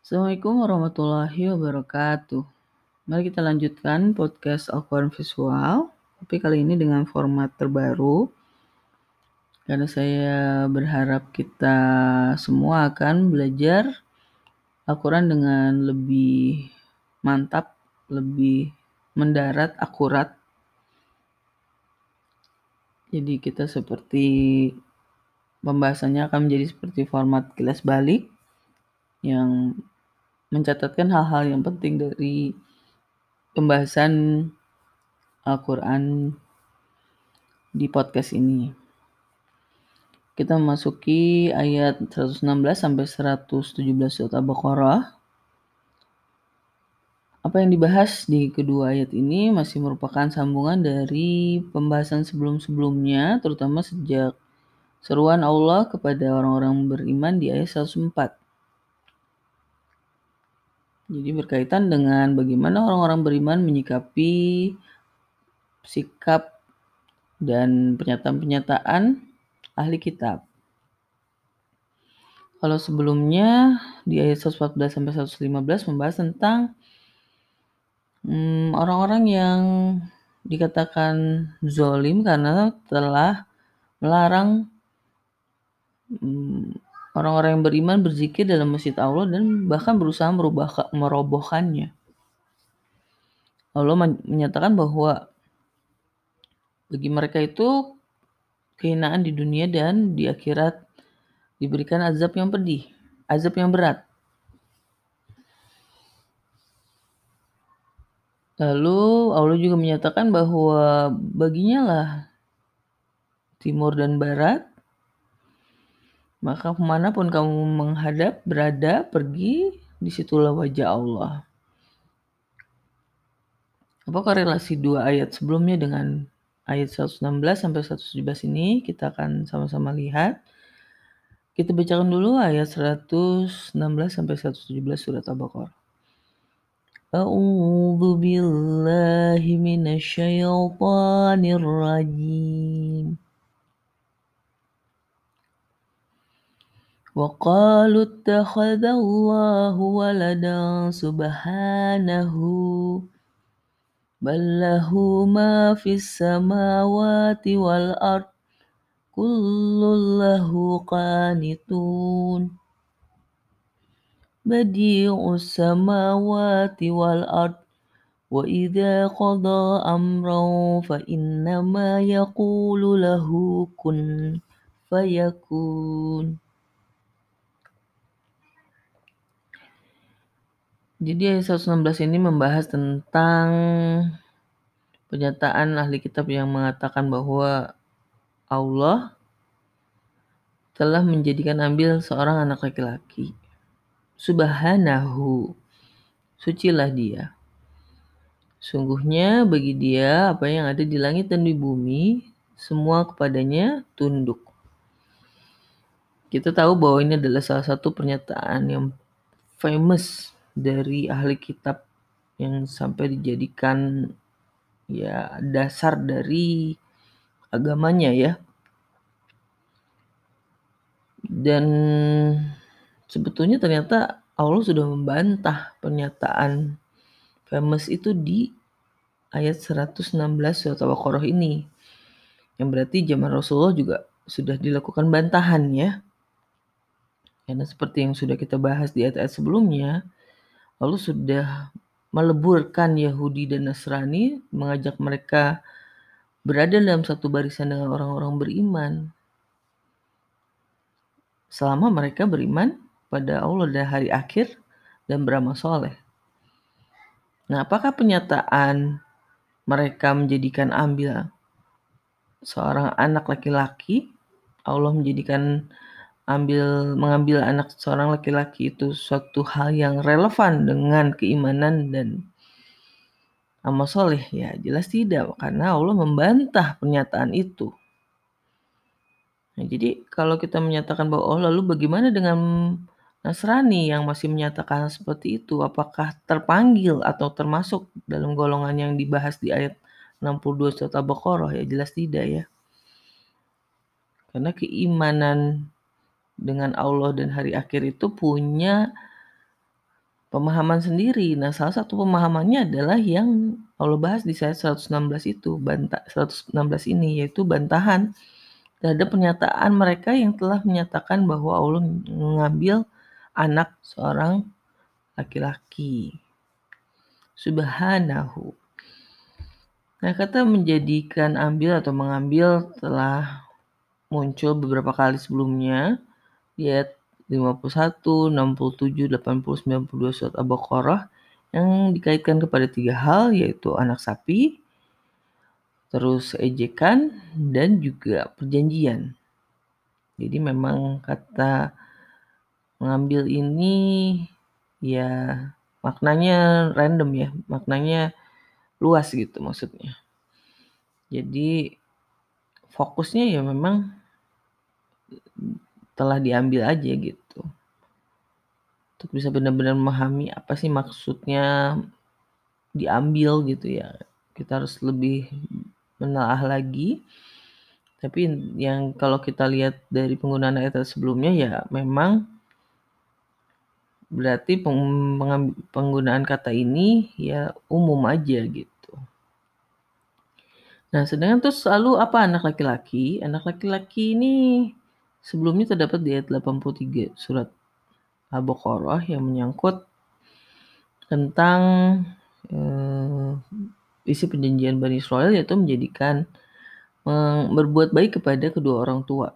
Assalamualaikum warahmatullahi wabarakatuh. Mari kita lanjutkan podcast Al-Quran Visual, tapi kali ini dengan format terbaru, karena saya berharap kita semua akan belajar Al-Quran dengan lebih mantap, lebih mendarat, akurat. Jadi kita seperti pembahasannya akan menjadi seperti format kilas balik yang mencatatkan hal-hal yang penting dari pembahasan Al-Quran di podcast ini. Kita memasuki ayat 116 sampai 117 surat Al-Baqarah. Apa yang dibahas di kedua ayat ini masih merupakan sambungan dari pembahasan sebelum-sebelumnya, terutama sejak seruan Allah kepada orang-orang beriman di ayat 104. Jadi berkaitan dengan bagaimana orang-orang beriman menyikapi sikap dan pernyataan-pernyataan ahli kitab. Kalau sebelumnya di ayat 114 sampai 115 membahas tentang orang-orang yang dikatakan zolim karena telah melarang orang-orang yang beriman berzikir dalam masjid Allah dan bahkan berusaha merobohkannya. Allah menyatakan bahwa bagi mereka itu kehinaan di dunia dan di akhirat diberikan azab yang pedih, azab yang berat. Lalu Allah juga menyatakan bahwa baginya lah timur dan barat, maka kemanapun kamu menghadap, berada, pergi, disitulah wajah Allah. Apa korelasi dua ayat sebelumnya dengan ayat 116 sampai 117 ini? Kita akan sama-sama lihat. Kita bacakan dulu ayat 116 sampai 117 surat Al-Baqarah. A'udzu billahi minasyaitonir rajim. وقالوا اتخذ الله ولدا سبحانه بل له ما في السماوات والأرض كل له قانتون بديع السماوات والأرض وإذا قضى أمرا فإنما يقول له كن فيكون. Jadi ayat 116 ini membahas tentang pernyataan ahli kitab yang mengatakan bahwa Allah telah menjadikan ambil seorang anak laki-laki. Subhanahu, sucilah dia. Sungguhnya bagi dia apa yang ada di langit dan di bumi, semua kepadanya tunduk. Kita tahu bahwa ini adalah salah satu pernyataan yang famous dari ahli kitab yang sampai dijadikan ya dasar dari agamanya ya. Dan sebetulnya ternyata Allah sudah membantah pernyataan famous itu di ayat 116 surat Al-Baqarah ini. Yang berarti zaman Rasulullah juga sudah dilakukan bantahan ya. Karena seperti yang sudah kita bahas di ayat-ayat sebelumnya, Allah sudah meleburkan Yahudi dan Nasrani, mengajak mereka berada dalam satu barisan dengan orang-orang beriman. Selama mereka beriman pada Allah dan hari akhir dan beramal soleh. Nah, apakah pernyataan mereka menjadikan ambil seorang anak laki-laki, Allah mengambil anak seorang laki-laki itu suatu hal yang relevan dengan keimanan dan amal soleh? Ya jelas tidak, karena Allah membantah pernyataan itu. Nah, jadi kalau kita menyatakan bahwa oh lalu bagaimana dengan Nasrani yang masih menyatakan seperti itu, apakah terpanggil atau termasuk dalam golongan yang dibahas di ayat 62 surat Al-Baqarah? Ya jelas tidak ya. Karena keimanan dengan Allah dan hari akhir itu punya pemahaman sendiri. Nah, salah satu pemahamannya adalah yang Allah bahas di ayat 116 itu, 116 ini, yaitu bantahan terhadap pernyataan mereka yang telah menyatakan bahwa Allah mengambil anak seorang laki-laki. Subhanahu. Nah, kata menjadikan ambil atau mengambil telah muncul beberapa kali sebelumnya di ayat 51, 67, 80, 92 surat Al-Baqarah yang dikaitkan kepada 3 hal, yaitu anak sapi, terus ejekan, dan juga perjanjian. Jadi memang kata mengambil ini ya maknanya random ya, maknanya luas gitu maksudnya. Jadi fokusnya ya memang telah diambil aja gitu. Untuk bisa benar-benar memahami apa sih maksudnya diambil gitu ya. Kita harus lebih menelaah lagi. Tapi yang kalau kita lihat dari penggunaan ayat sebelumnya ya memang berarti penggunaan kata ini ya umum aja gitu. Nah, sedangkan terus selalu apa anak laki-laki? Anak laki-laki ini sebelumnya terdapat di ayat 83 surat Al-Baqarah yang menyangkut tentang isi perjanjian Bani Israel, yaitu menjadikan berbuat baik kepada kedua orang tua.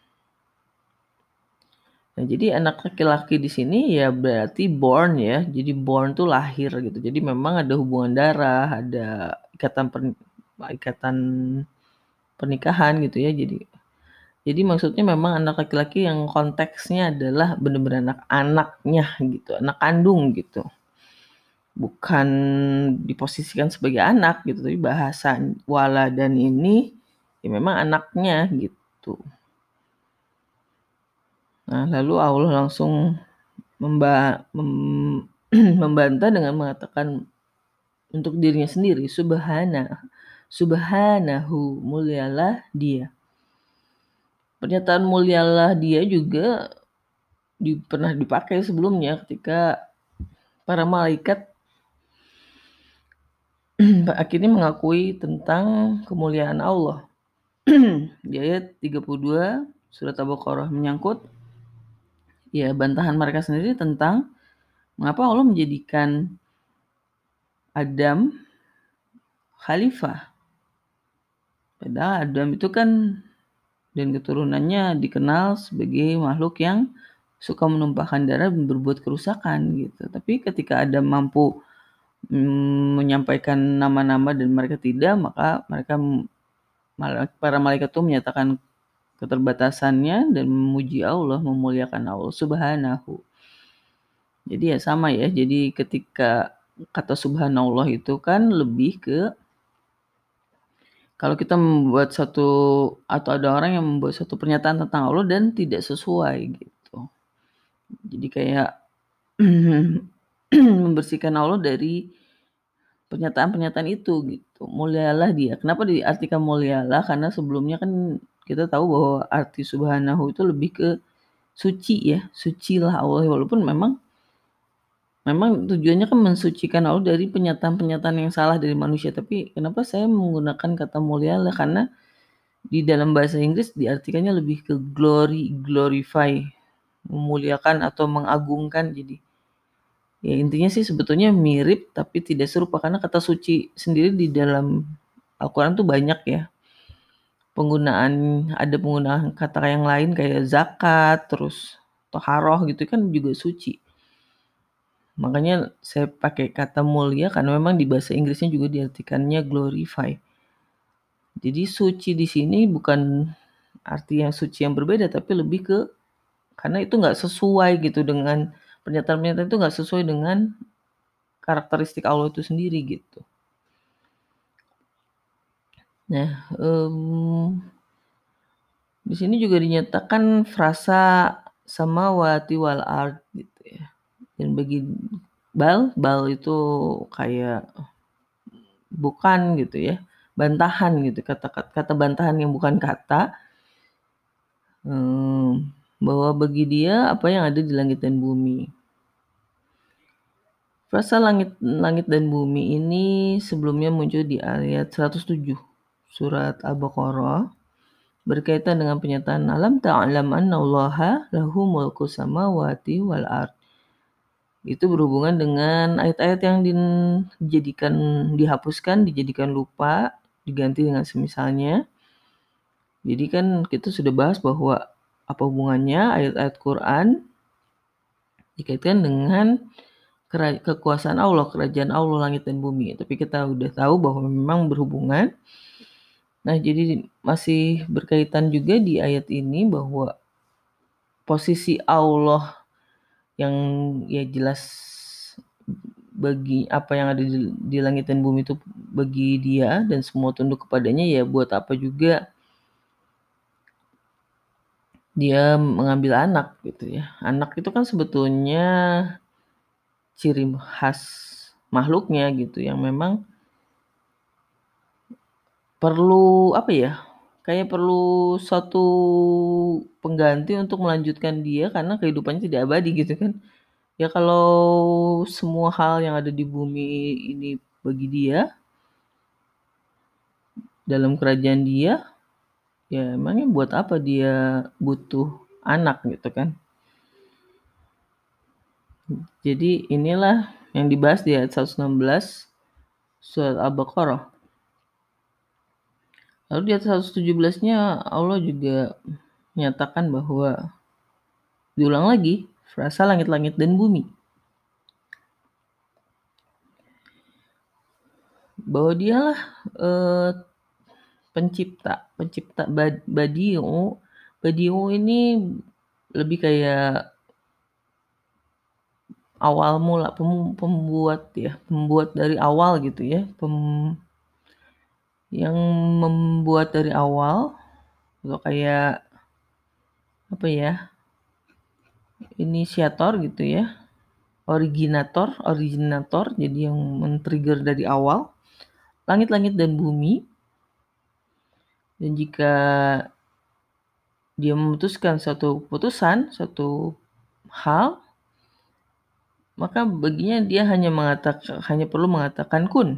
Nah, jadi anak laki-laki di sini ya berarti born ya. Jadi born tuh lahir gitu. Jadi memang ada hubungan darah, ada ikatan pernikahan gitu ya. Jadi maksudnya memang anak laki-laki yang konteksnya adalah benar-benar anak-anaknya gitu, anak kandung gitu. Bukan diposisikan sebagai anak gitu, tapi bahasa waladan ini ya memang anaknya gitu. Nah, lalu Allah langsung membantah dengan mengatakan untuk dirinya sendiri, subhanahu, mulialah dia. Pernyataan mulialah dia juga pernah dipakai sebelumnya ketika para malaikat akhirnya mengakui tentang kemuliaan Allah. Di ayat 32 surat Al-Baqarah menyangkut ya bantahan mereka sendiri tentang mengapa Allah menjadikan Adam khalifah. Padahal Adam itu kan dan keturunannya dikenal sebagai makhluk yang suka menumpahkan darah dan berbuat kerusakan gitu. Tapi ketika Adam mampu menyampaikan nama-nama dan mereka tidak, maka para malaikat itu menyatakan keterbatasannya dan memuji Allah, memuliakan Allah subhanahu. Jadi ya sama ya, jadi ketika kata subhanallah itu kan lebih ke kalau kita membuat satu atau ada orang yang membuat satu pernyataan tentang Allah dan tidak sesuai gitu. Jadi kayak membersihkan Allah dari pernyataan-pernyataan itu gitu. Mulialah dia. Kenapa diartikan mulialah? Karena sebelumnya kan kita tahu bahwa arti subhanahu itu lebih ke suci ya. Sucilah Allah, walaupun memang tujuannya kan mensucikan Allah dari pernyataan-pernyataan yang salah dari manusia. Tapi kenapa saya menggunakan kata mulialah? Karena di dalam bahasa Inggris diartikannya lebih ke glorify, memuliakan atau mengagungkan. Jadi ya intinya sih sebetulnya mirip tapi tidak serupa karena kata suci sendiri di dalam Al-Quran tuh banyak ya. Ada penggunaan kata yang lain kayak zakat, terus toharoh gitu kan juga suci. Makanya saya pakai kata mulia karena memang di bahasa Inggrisnya juga diartikannya glorify. Jadi suci di sini bukan arti yang suci yang berbeda, tapi lebih ke karena itu nggak sesuai gitu dengan pernyataan-pernyataan itu nggak sesuai dengan karakteristik Allah itu sendiri gitu. Nah, di sini juga dinyatakan frasa samawati wal ard gitu ya. Dan bagi bal itu kayak bukan gitu ya, bantahan gitu, kata bantahan yang bukan kata, bahwa bagi dia apa yang ada di langit dan bumi. Frasa langit dan bumi ini sebelumnya muncul di ayat 107 surat Al-Baqarah berkaitan dengan pernyataan alam ta'lam annallaha lahu mulku samawati wal ard. Itu berhubungan dengan ayat-ayat yang dijadikan lupa, diganti dengan semisalnya. Jadi kan kita sudah bahas bahwa apa hubungannya ayat-ayat Quran dikaitkan dengan kekuasaan Allah, kerajaan Allah langit dan bumi. Tapi kita udah tahu bahwa memang berhubungan. Nah, jadi masih berkaitan juga di ayat ini bahwa posisi Allah yang ya jelas bagi apa yang ada di langit dan bumi itu bagi dia dan semua tunduk kepadanya, ya buat apa juga dia mengambil anak gitu ya. Anak itu kan sebetulnya ciri khas makhluknya gitu yang memang perlu kayak perlu suatu pengganti untuk melanjutkan dia karena kehidupannya tidak abadi gitu kan. Ya kalau semua hal yang ada di bumi ini bagi dia, dalam kerajaan dia, ya emangnya buat apa dia butuh anak gitu kan. Jadi inilah yang dibahas di ayat 116 surat Al-Baqarah. Lalu di ayat 117-nya Allah juga menyatakan bahwa diulang lagi frasa langit-langit dan bumi. Bahwa dialah pencipta Badi'u. Badi'u ini lebih kayak awal mula, pembuat dari awal gitu ya, yang membuat dari awal, atau kayak inisiator gitu ya, originator, jadi yang men-trigger dari awal langit-langit dan bumi. Dan jika dia memutuskan satu keputusan, satu hal, maka baginya dia hanya perlu mengatakan kun,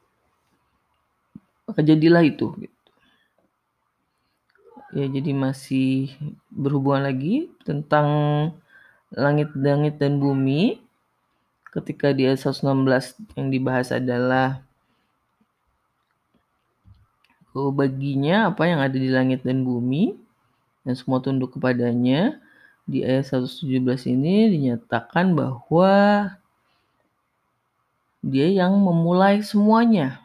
maka jadilah itu. Ya, jadi masih berhubungan lagi tentang langit-langit dan bumi. Ketika di ayat 116 yang dibahas adalah baginya apa yang ada di langit dan bumi dan semua tunduk kepadanya. Di ayat 117 ini dinyatakan bahwa dia yang memulai semuanya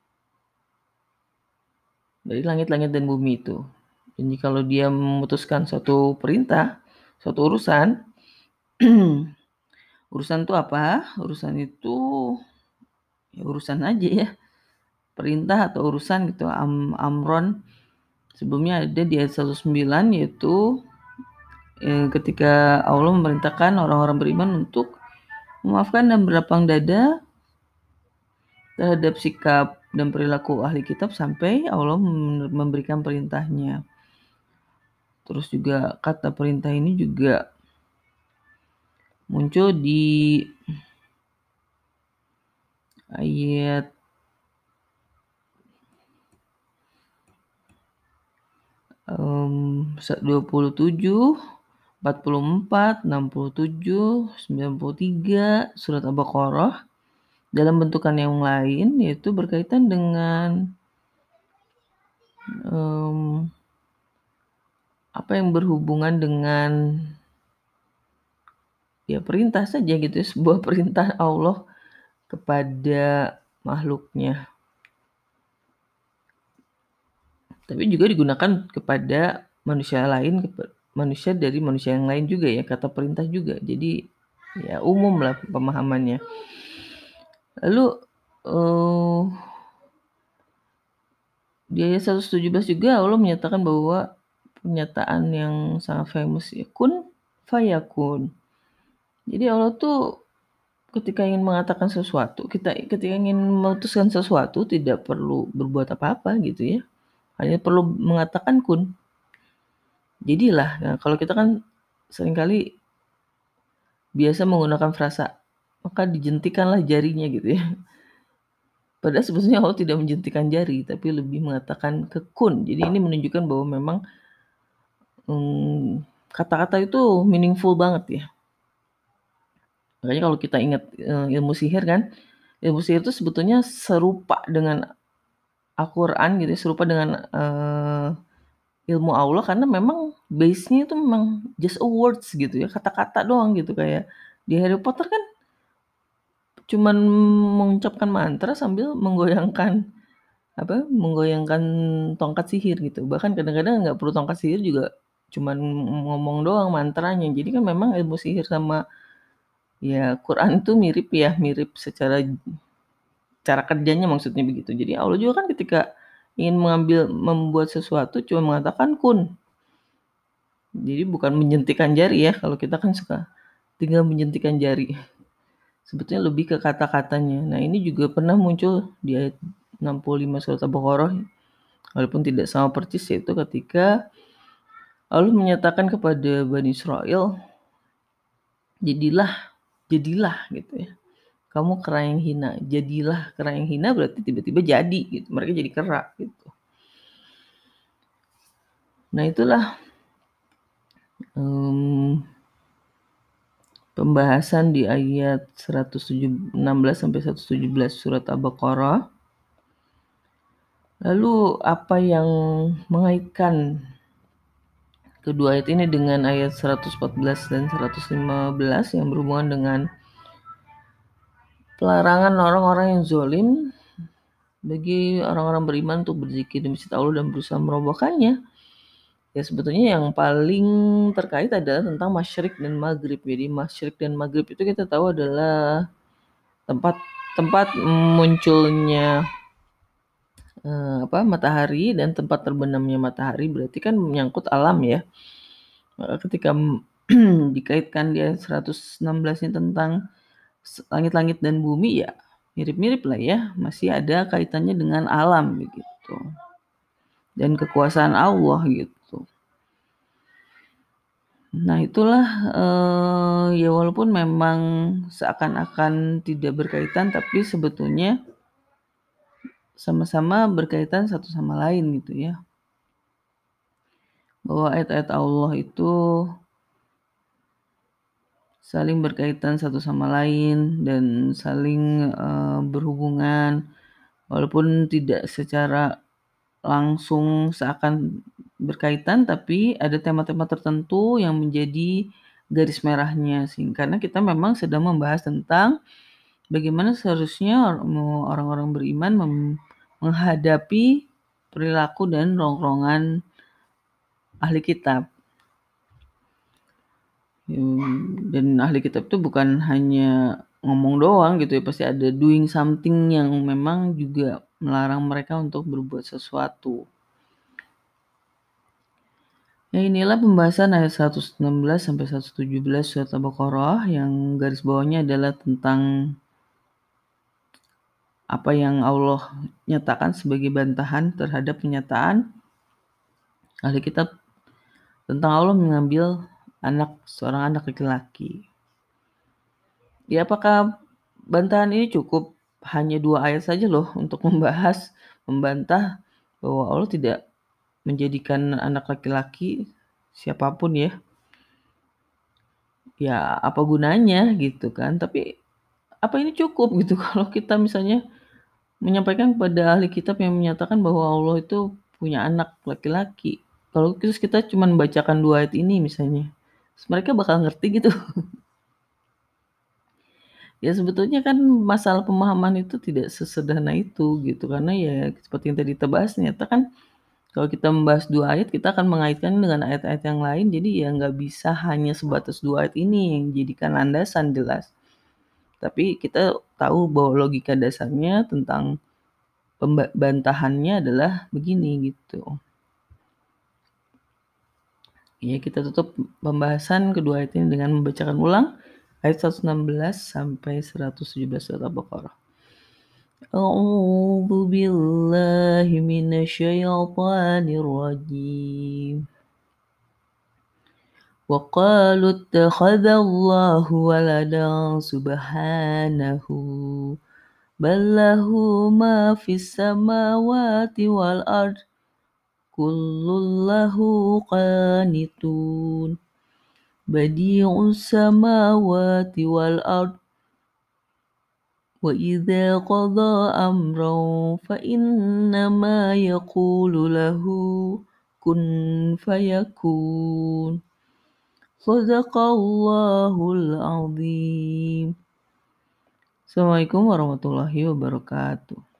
dari langit-langit dan bumi itu. Jadi kalau dia memutuskan suatu perintah, suatu urusan, urusan itu apa? Urusan itu ya urusan aja ya. Perintah atau urusan gitu, amron. Sebelumnya ada di ayat 109 yaitu ketika Allah memerintahkan orang-orang beriman untuk memaafkan dan berlapang dada terhadap sikap dan perilaku ahli kitab sampai Allah memberikan perintahnya. Terus juga kata perintah ini juga muncul di ayat 27, 44, 67, 93 surat Al-Baqarah dalam bentukan yang lain, yaitu berkaitan dengan apa yang berhubungan dengan ya perintah saja gitu ya, sebuah perintah Allah kepada makhluknya. Tapi juga digunakan kepada manusia lain, manusia dari manusia yang lain juga ya, kata perintah juga. Jadi ya umum lah pemahamannya. Lalu di ayat 117 juga Allah menyatakan bahwa pernyataan yang sangat famous ya, kun fayakun. Jadi Allah tuh ketika ingin mengatakan sesuatu, ketika ingin memutuskan sesuatu tidak perlu berbuat apa-apa gitu ya. Hanya perlu mengatakan kun. Jadilah. Nah, kalau kita kan seringkali biasa menggunakan frasa maka dijentikanlah jarinya gitu ya. Padahal sebetulnya Allah tidak menjentikan jari, tapi lebih mengatakan kun. Jadi ini menunjukkan bahwa memang kata-kata itu meaningful banget ya. Makanya kalau kita ingat ilmu sihir kan, ilmu sihir itu sebetulnya serupa dengan Al-Quran gitu, serupa dengan ilmu Allah karena memang base-nya itu memang just a words gitu ya, kata-kata doang gitu. Kayak di Harry Potter kan cuman mengucapkan mantra sambil menggoyangkan tongkat sihir gitu. Bahkan kadang-kadang nggak perlu tongkat sihir juga, cuman ngomong doang mantranya. Jadi kan memang ilmu sihir sama ya Quran itu mirip ya, mirip secara cara kerjanya maksudnya begitu. Jadi Allah juga kan ketika ingin membuat sesuatu cuma mengatakan kun. Jadi bukan menjentikan jari ya, kalau kita kan suka tinggal menjentikan jari. Sebetulnya lebih ke kata-katanya. Nah, ini juga pernah muncul di ayat 65 surat Al-Baqarah, walaupun tidak sama persis, yaitu ketika Allah menyatakan kepada Bani Israel, jadilah gitu ya. Kamu kera yang hina, jadilah kera yang hina berarti tiba-tiba jadi gitu. Mereka jadi kera gitu. Nah, itulah pembahasan di ayat 16 sampai 117 surat Al-Baqarah. Lalu apa yang mengaitkan kedua ayat ini dengan ayat 114 dan 115 yang berhubungan dengan pelarangan orang-orang yang zalim bagi orang-orang beriman untuk berzikir di masjid Allah dan berusaha merobohkannya? Ya sebetulnya yang paling terkait adalah tentang masyrik dan maghrib. Jadi masyrik dan maghrib itu kita tahu adalah tempat munculnya matahari dan tempat terbenamnya matahari, berarti kan menyangkut alam ya. Maka ketika dikaitkan di ayat 116 ini tentang langit-langit dan bumi, ya mirip-mirip lah ya, masih ada kaitannya dengan alam begitu dan kekuasaan Allah gitu. Nah itulah ya walaupun memang seakan-akan tidak berkaitan, tapi sebetulnya sama-sama berkaitan satu sama lain gitu ya. Bahwa ayat-ayat Allah itu saling berkaitan satu sama lain dan saling berhubungan, walaupun tidak secara langsung seakan berkaitan, tapi ada tema-tema tertentu yang menjadi garis merahnya sih. Karena kita memang sedang membahas tentang bagaimana seharusnya orang-orang beriman menghadapi perilaku dan rongrongan ahli kitab. Dan ahli kitab itu bukan hanya ngomong doang gitu ya, pasti ada doing something yang memang juga melarang mereka untuk berbuat sesuatu. Ya inilah pembahasan ayat 116 sampai 117 surat Al-Baqarah yang garis bawahnya adalah tentang apa yang Allah nyatakan sebagai bantahan terhadap pernyataan ahli kitab tentang Allah mengambil seorang anak laki-laki. Ya apakah bantahan ini cukup hanya 2 ayat saja loh untuk membantah bahwa Allah tidak menjadikan anak laki-laki siapapun ya. Ya apa gunanya gitu kan. Tapi apa ini cukup gitu kalau kita misalnya menyampaikan kepada ahli kitab yang menyatakan bahwa Allah itu punya anak laki-laki. Kalau terus kita cuma membacakan 2 ayat ini misalnya, mereka bakal ngerti gitu. Ya sebetulnya kan masalah pemahaman itu tidak sesederhana itu gitu, karena ya seperti yang tadi kita bahas, ternyata kan kalau kita membahas 2 ayat kita akan mengaitkan dengan ayat-ayat yang lain, jadi ya nggak bisa hanya sebatas 2 ayat ini yang dijadikan landasan jelas. Tapi kita tahu bahwa logika dasarnya tentang bantahannya adalah begini gitu. Ya kita tutup pembahasan kedua ayat ini dengan membacakan ulang ayat 116 sampai 117 surat Al-Baqarah. A'udzu billahi minasyaitonir rajim. وقالوا اتخذ الله ولدا سبحانه بل له ما في السماوات والأرض كل له قانتون بديع السماوات والأرض وإذا قضى أمرا فإنما يقول له كن فيكون صدق الله العظيم. Assalamualaikum warahmatullahi wabarakatuh.